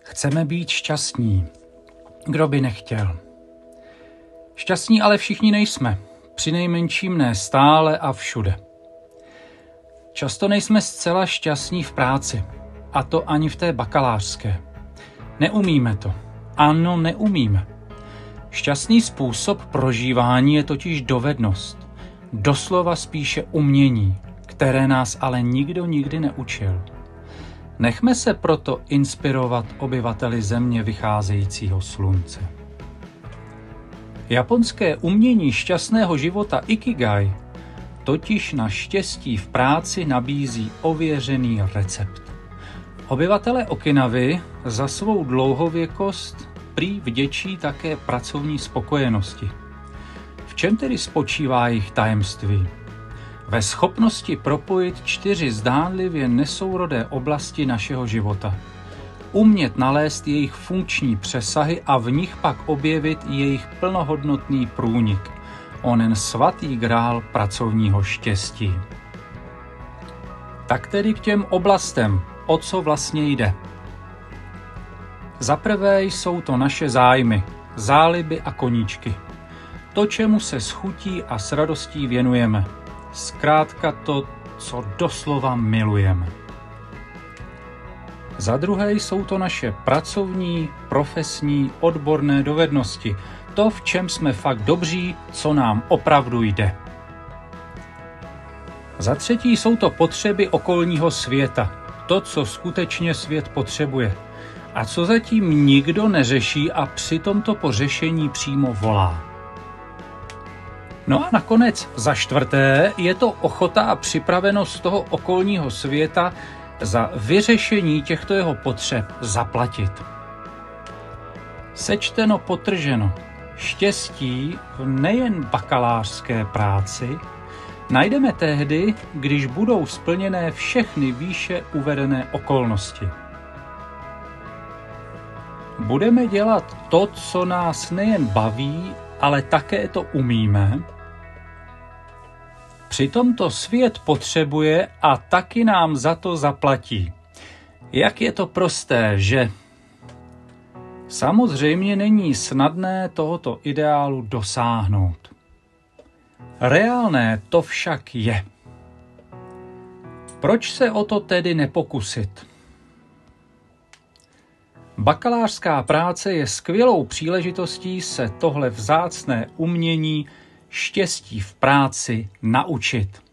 Chceme být šťastní. Kdo by nechtěl? Šťastní ale všichni nejsme. Přinejmenším ne stále a všude. Často nejsme zcela šťastní v práci. A to ani v té bakalářské. Neumíme to. Ano, neumíme. Šťastný způsob prožívání je totiž dovednost. Doslova spíše umění, které nás ale nikdo nikdy neučil. Nechme se proto inspirovat obyvateli země vycházejícího slunce. Japonské umění šťastného života Ikigai totiž na štěstí v práci nabízí ověřený recept. Obyvatelé Okinavy za svou dlouhověkost prý vděčí také pracovní spokojenosti. V čem tedy spočívá jejich tajemství? Ve schopnosti propojit 4 zdánlivě nesourodé oblasti našeho života. Umět nalézt jejich funkční přesahy a v nich pak objevit jejich plnohodnotný průnik. Onen svatý grál pracovního štěstí. Tak tedy k těm oblastem, o co vlastně jde. Za prvé jsou to naše zájmy, záliby a koníčky. To, čemu se s chutí a s radostí věnujeme. Zkrátka to, co doslova milujeme. Za druhé jsou to naše pracovní, profesní, odborné dovednosti. To, v čem jsme fakt dobří, co nám opravdu jde. Za třetí jsou to potřeby okolního světa. To, co skutečně svět potřebuje. A co zatím nikdo neřeší a přitom to po řešení přímo volá. No a nakonec za čtvrté je to ochota a připravenost toho okolního světa za vyřešení těchto jeho potřeb zaplatit. Sečteno, podtrženo, štěstí v nejen bakalářské práci najdeme tehdy, když budou splněné všechny výše uvedené okolnosti. Budeme dělat to, co nás nejen baví, ale také to umíme. Přitom to svět potřebuje a taky nám za to zaplatí. Jak je to prosté, že? Samozřejmě není snadné tohoto ideálu dosáhnout. Reálné to však je. Proč se o to tedy nepokusit? Bakalářská práce je skvělou příležitostí se tohle vzácné umění štěstí v práci naučit.